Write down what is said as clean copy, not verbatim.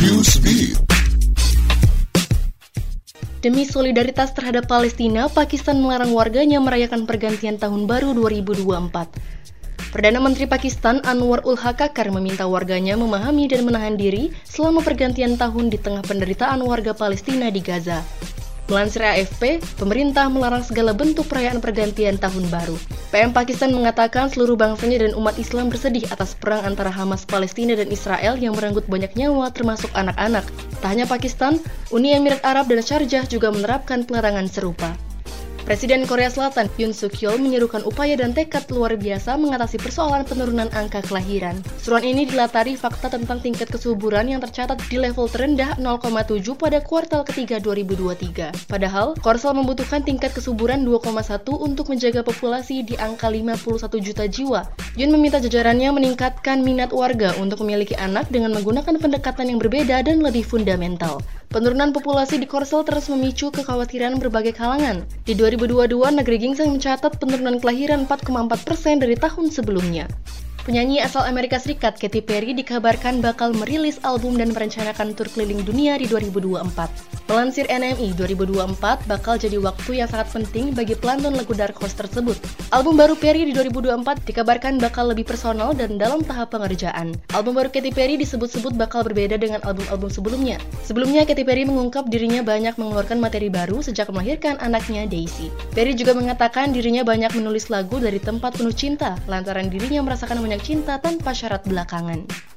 Newsbeat. Demi solidaritas terhadap Palestina, Pakistan melarang warganya merayakan pergantian tahun baru 2024. Perdana Menteri Pakistan Anwar ul-Haq Kakar meminta warganya memahami dan menahan diri selama pergantian tahun di tengah penderitaan warga Palestina di Gaza. Melansir AFP, pemerintah melarang segala bentuk perayaan pergantian tahun baru. PM Pakistan mengatakan seluruh bangsanya dan umat Islam bersedih atas perang antara Hamas Palestina dan Israel yang merenggut banyak nyawa termasuk anak-anak. Tak hanya Pakistan, Uni Emirat Arab dan Sharjah juga menerapkan pelarangan serupa. Presiden Korea Selatan Yoon Suk Yeol menyerukan upaya dan tekad luar biasa mengatasi persoalan penurunan angka kelahiran. Seruan ini dilatari fakta tentang tingkat kesuburan yang tercatat di level terendah 0,7 pada kuartal ketiga 2023. Padahal, Korsel membutuhkan tingkat kesuburan 2,1 untuk menjaga populasi di angka 51 juta jiwa. Yoon meminta jajarannya meningkatkan minat warga untuk memiliki anak dengan menggunakan pendekatan yang berbeda dan lebih fundamental. Penurunan populasi di Korsel terus memicu kekhawatiran berbagai kalangan. Di 2022, negeri gingseng mencatat penurunan kelahiran 4,4% dari tahun sebelumnya. Penyanyi asal Amerika Serikat Katy Perry dikabarkan bakal merilis album dan merencanakan tur keliling dunia di 2024. Melansir NME, 2024 bakal jadi waktu yang sangat penting bagi pelantun lagu Dark Horse tersebut. Album baru Perry di 2024 dikabarkan bakal lebih personal dan dalam tahap pengerjaan. Album baru Katy Perry disebut-sebut bakal berbeda dengan album-album sebelumnya. Sebelumnya, Katy Perry mengungkap dirinya banyak mengeluarkan materi baru sejak melahirkan anaknya Daisy. Perry juga mengatakan dirinya banyak menulis lagu dari tempat penuh cinta, lantaran dirinya merasakan banyak cinta tanpa syarat belakangan.